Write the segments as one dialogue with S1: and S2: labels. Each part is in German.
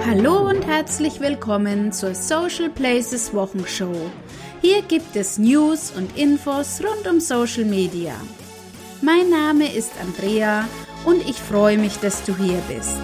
S1: Hallo und herzlich willkommen zur Social Places Wochenshow. Hier gibt es News und Infos rund um Social Media. Mein Name ist Andrea und ich freue mich, dass du hier bist.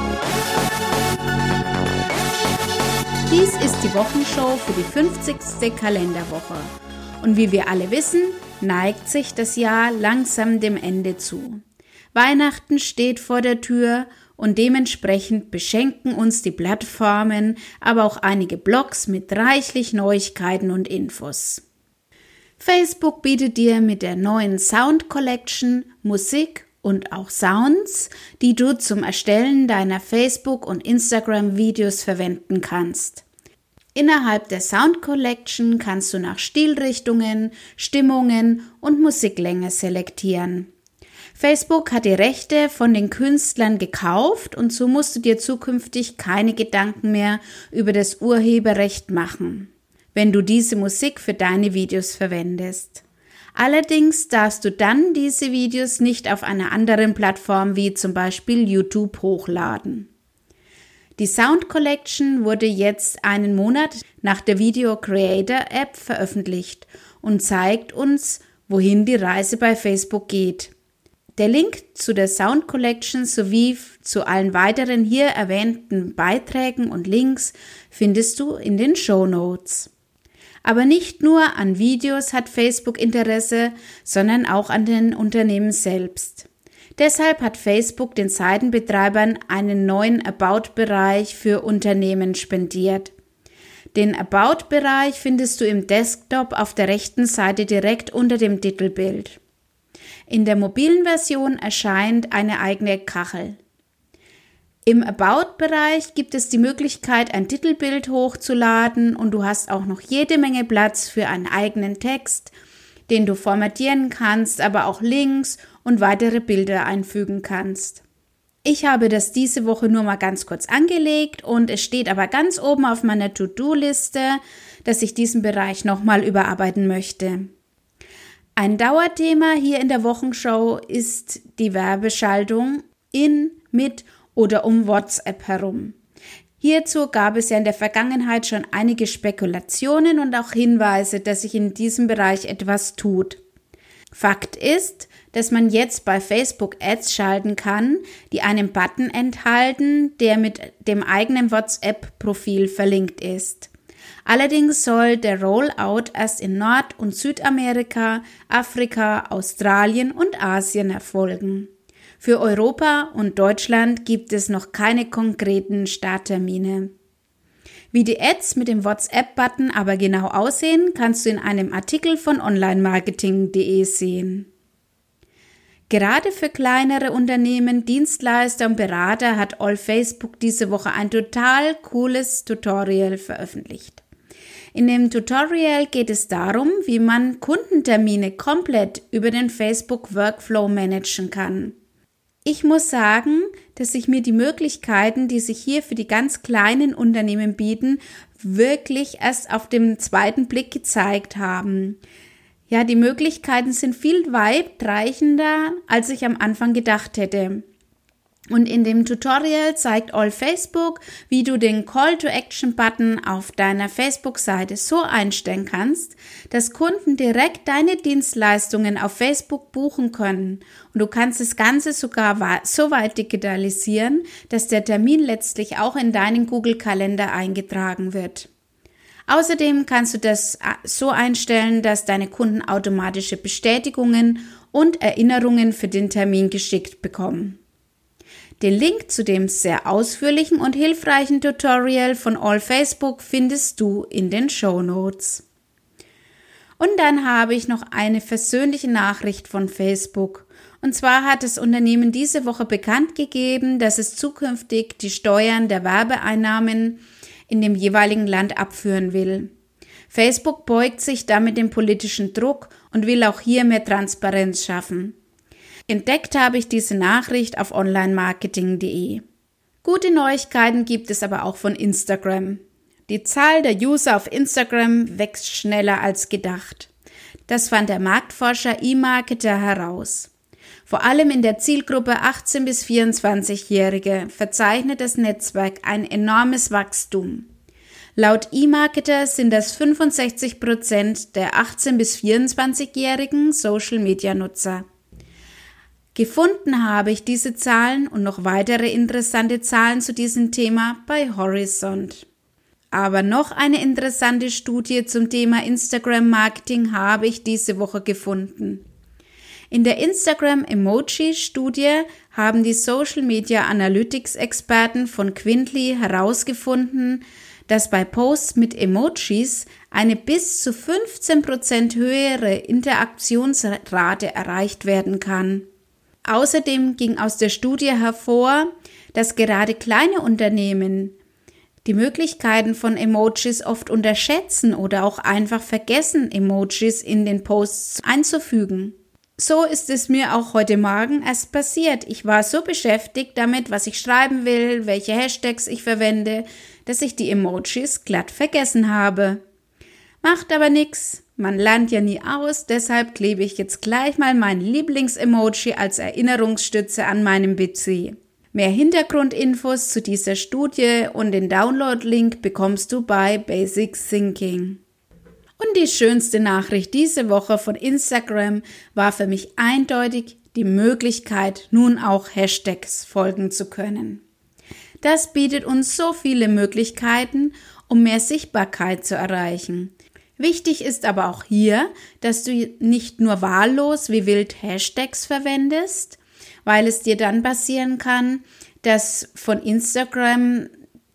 S1: Dies ist die Wochenshow für die 50. Kalenderwoche. Und wie wir alle wissen, neigt sich das Jahr langsam dem Ende zu. Weihnachten steht vor der Tür und dementsprechend beschenken uns die Plattformen, aber auch einige Blogs mit reichlich Neuigkeiten und Infos. Facebook bietet dir mit der neuen Sound Collection Musik und auch Sounds, die du zum Erstellen deiner Facebook- und Instagram-Videos verwenden kannst. Innerhalb der Sound Collection kannst du nach Stilrichtungen, Stimmungen und Musiklänge selektieren. Facebook hat die Rechte von den Künstlern gekauft und so musst du dir zukünftig keine Gedanken mehr über das Urheberrecht machen, wenn du diese Musik für deine Videos verwendest. Allerdings darfst du dann diese Videos nicht auf einer anderen Plattform wie zum Beispiel YouTube hochladen. Die Sound Collection wurde jetzt einen Monat nach der Video Creator App veröffentlicht und zeigt uns, wohin die Reise bei Facebook geht. Der Link zu der Sound Collection sowie zu allen weiteren hier erwähnten Beiträgen und Links findest du in den Shownotes. Aber nicht nur an Videos hat Facebook Interesse, sondern auch an den Unternehmen selbst. Deshalb hat Facebook den Seitenbetreibern einen neuen About-Bereich für Unternehmen spendiert. Den About-Bereich findest du im Desktop auf der rechten Seite direkt unter dem Titelbild. In der mobilen Version erscheint eine eigene Kachel. Im About-Bereich gibt es die Möglichkeit, ein Titelbild hochzuladen und du hast auch noch jede Menge Platz für einen eigenen Text, den du formatieren kannst, aber auch Links und weitere Bilder einfügen kannst. Ich habe das diese Woche nur mal ganz kurz angelegt und es steht aber ganz oben auf meiner To-Do-Liste, dass ich diesen Bereich nochmal überarbeiten möchte. Ein Dauerthema hier in der Wochenshow ist die Werbeschaltung in, mit oder um WhatsApp herum. Hierzu gab es ja in der Vergangenheit schon einige Spekulationen und auch Hinweise, dass sich in diesem Bereich etwas tut. Fakt ist, dass man jetzt bei Facebook Ads schalten kann, die einen Button enthalten, der mit dem eigenen WhatsApp-Profil verlinkt ist. Allerdings soll der Rollout erst in Nord- und Südamerika, Afrika, Australien und Asien erfolgen. Für Europa und Deutschland gibt es noch keine konkreten Starttermine. Wie die Ads mit dem WhatsApp-Button aber genau aussehen, kannst du in einem Artikel von onlinemarketing.de sehen. Gerade für kleinere Unternehmen, Dienstleister und Berater hat AllFacebook diese Woche ein total cooles Tutorial veröffentlicht. In dem Tutorial geht es darum, wie man Kundentermine komplett über den Facebook Workflow managen kann. Ich muss sagen, dass sich mir die Möglichkeiten, die sich hier für die ganz kleinen Unternehmen bieten, wirklich erst auf dem zweiten Blick gezeigt haben. Ja, die Möglichkeiten sind viel weitreichender, als ich am Anfang gedacht hätte. Und in dem Tutorial zeigt AllFacebook, wie du den Call-to-Action-Button auf deiner Facebook-Seite so einstellen kannst, dass Kunden direkt deine Dienstleistungen auf Facebook buchen können. Und du kannst das Ganze sogar so weit digitalisieren, dass der Termin letztlich auch in deinen Google-Kalender eingetragen wird. Außerdem kannst du das so einstellen, dass deine Kunden automatische Bestätigungen und Erinnerungen für den Termin geschickt bekommen. Den Link zu dem sehr ausführlichen und hilfreichen Tutorial von AllFacebook findest du in den Shownotes. Und dann habe ich noch eine versöhnliche Nachricht von Facebook. Und zwar hat das Unternehmen diese Woche bekannt gegeben, dass es zukünftig die Steuern der Werbeeinnahmen in dem jeweiligen Land abführen will. Facebook beugt sich damit dem politischen Druck und will auch hier mehr Transparenz schaffen. Entdeckt habe ich diese Nachricht auf onlinemarketing.de. Gute Neuigkeiten gibt es aber auch von Instagram. Die Zahl der User auf Instagram wächst schneller als gedacht. Das fand der Marktforscher eMarketer heraus. Vor allem in der Zielgruppe 18- bis 24-Jährige verzeichnet das Netzwerk ein enormes Wachstum. Laut eMarketer sind das 65% der 18- bis 24-jährigen Social-Media-Nutzer. Gefunden habe ich diese Zahlen und noch weitere interessante Zahlen zu diesem Thema bei Horizont. Aber noch eine interessante Studie zum Thema Instagram-Marketing habe ich diese Woche gefunden. In der Instagram-Emoji-Studie haben die Social-Media-Analytics-Experten von Quintly herausgefunden, dass bei Posts mit Emojis eine bis zu 15% höhere Interaktionsrate erreicht werden kann. Außerdem ging aus der Studie hervor, dass gerade kleine Unternehmen die Möglichkeiten von Emojis oft unterschätzen oder auch einfach vergessen, Emojis in den Posts einzufügen. So ist es mir auch heute Morgen erst passiert. Ich war so beschäftigt damit, was ich schreiben will, welche Hashtags ich verwende, dass ich die Emojis glatt vergessen habe. Macht aber nix, man lernt ja nie aus, deshalb klebe ich jetzt gleich mal mein Lieblings-Emoji als Erinnerungsstütze an meinem PC. Mehr Hintergrundinfos zu dieser Studie und den Download-Link bekommst du bei Basic Thinking. Und die schönste Nachricht diese Woche von Instagram war für mich eindeutig die Möglichkeit, nun auch Hashtags folgen zu können. Das bietet uns so viele Möglichkeiten, um mehr Sichtbarkeit zu erreichen. Wichtig ist aber auch hier, dass du nicht nur wahllos wie wild Hashtags verwendest, weil es dir dann passieren kann, dass von Instagram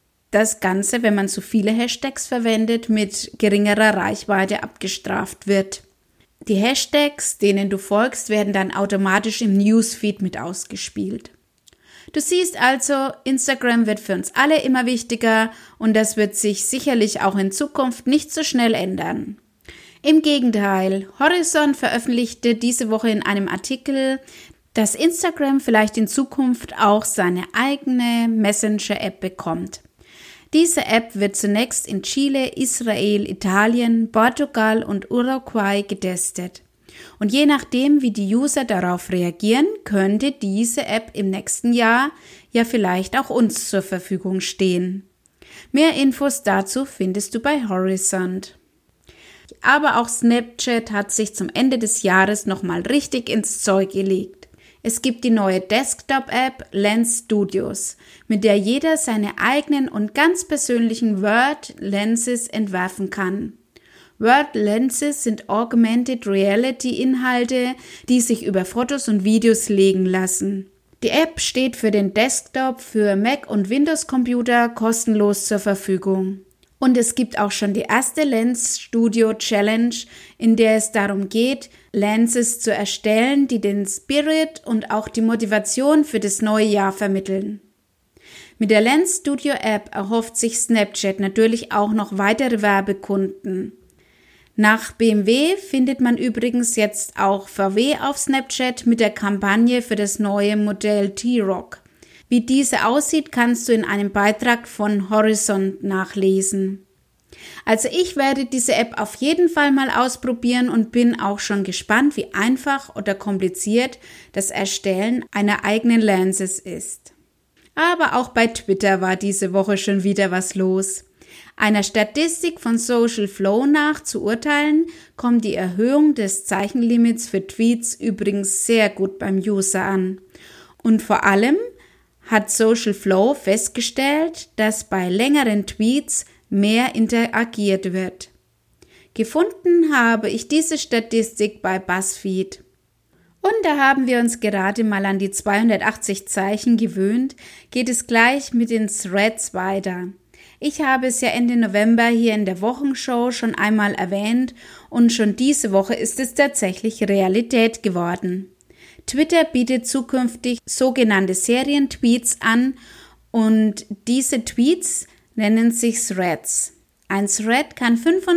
S1: das Ganze, wenn man zu viele Hashtags verwendet, mit geringerer Reichweite abgestraft wird. Die Hashtags, denen du folgst, werden dann automatisch im Newsfeed mit ausgespielt. Du siehst also, Instagram wird für uns alle immer wichtiger und das wird sich sicherlich auch in Zukunft nicht so schnell ändern. Im Gegenteil, Horizont veröffentlichte diese Woche in einem Artikel, dass Instagram vielleicht in Zukunft auch seine eigene Messenger-App bekommt. Diese App wird zunächst in Chile, Israel, Italien, Portugal und Uruguay getestet. Und je nachdem, wie die User darauf reagieren, könnte diese App im nächsten Jahr ja vielleicht auch uns zur Verfügung stehen. Mehr Infos dazu findest du bei Horizont. Aber auch Snapchat hat sich zum Ende des Jahres nochmal richtig ins Zeug gelegt. Es gibt die neue Desktop-App Lens Studios, mit der jeder seine eigenen und ganz persönlichen Word Lenses entwerfen kann. Word Lenses sind Augmented Reality Inhalte, die sich über Fotos und Videos legen lassen. Die App steht für den Desktop, für Mac und Windows Computer kostenlos zur Verfügung. Und es gibt auch schon die erste Lens Studio Challenge, in der es darum geht, Lenses zu erstellen, die den Spirit und auch die Motivation für das neue Jahr vermitteln. Mit der Lens Studio App erhofft sich Snapchat natürlich auch noch weitere Werbekunden. Nach BMW findet man übrigens jetzt auch VW auf Snapchat mit der Kampagne für das neue Modell T-Roc. Wie diese aussieht, kannst du in einem Beitrag von Horizont nachlesen. Also ich werde diese App auf jeden Fall mal ausprobieren und bin auch schon gespannt, wie einfach oder kompliziert das Erstellen einer eigenen Lenses ist. Aber auch bei Twitter war diese Woche schon wieder was los. Einer Statistik von Social Flow nach zu urteilen, kommt die Erhöhung des Zeichenlimits für Tweets übrigens sehr gut beim User an. Und vor allem hat Social Flow festgestellt, dass bei längeren Tweets mehr interagiert wird. Gefunden habe ich diese Statistik bei BuzzFeed. Und da haben wir uns gerade mal an die 280 Zeichen gewöhnt, geht es gleich mit den Threads weiter. Ich habe es ja Ende November hier in der Wochenshow schon einmal erwähnt und schon diese Woche ist es tatsächlich Realität geworden. Twitter bietet zukünftig sogenannte Serientweets an und diese Tweets nennen sich Threads. Ein Thread kann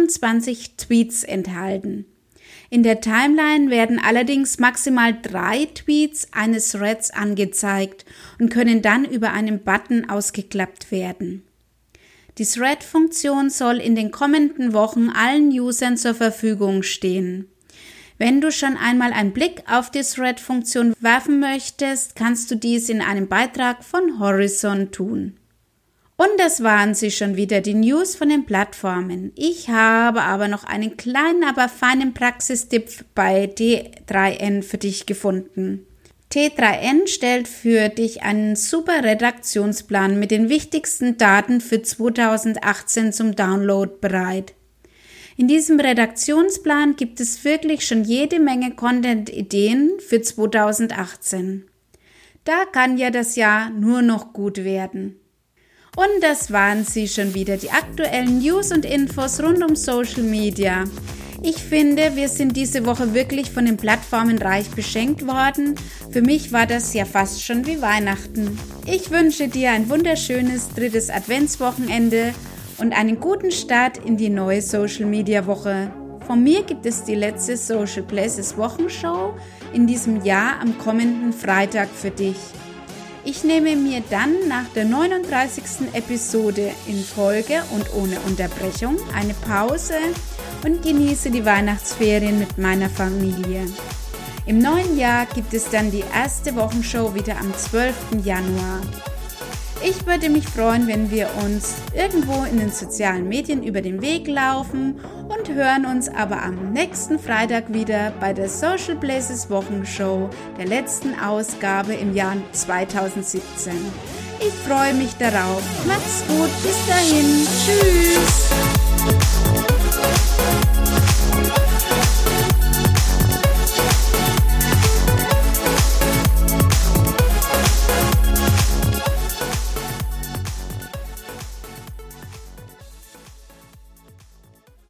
S1: 25 Tweets enthalten. In der Timeline werden allerdings maximal 3 Tweets eines Threads angezeigt und können dann über einen Button ausgeklappt werden. Die Thread-Funktion soll in den kommenden Wochen allen Usern zur Verfügung stehen. Wenn du schon einmal einen Blick auf die Thread-Funktion werfen möchtest, kannst du dies in einem Beitrag von Horizon tun. Und das waren sie schon wieder, die News von den Plattformen. Ich habe aber noch einen kleinen, aber feinen Praxistipp bei T3N für dich gefunden. T3N stellt für dich einen super Redaktionsplan mit den wichtigsten Daten für 2018 zum Download bereit. In diesem Redaktionsplan gibt es wirklich schon jede Menge Content-Ideen für 2018. Da kann ja das Jahr nur noch gut werden. Und das waren sie schon wieder, die aktuellen News und Infos rund um Social Media. Ich finde, wir sind diese Woche wirklich von den Plattformen reich beschenkt worden. Für mich war das ja fast schon wie Weihnachten. Ich wünsche dir ein wunderschönes 3. Adventswochenende und einen guten Start in die neue Social Media Woche. Von mir gibt es die letzte Social Places Wochenshow in diesem Jahr am kommenden Freitag für dich. Ich nehme mir dann nach der 39. Episode in Folge und ohne Unterbrechung eine Pause und genieße die Weihnachtsferien mit meiner Familie. Im neuen Jahr gibt es dann die erste Wochenshow wieder am 12. Januar. Ich würde mich freuen, wenn wir uns irgendwo in den sozialen Medien über den Weg laufen und hören uns aber am nächsten Freitag wieder bei der Social Places Wochenshow, der letzten Ausgabe im Jahr 2017. Ich freue mich darauf. Macht's gut, bis dahin. Tschüss.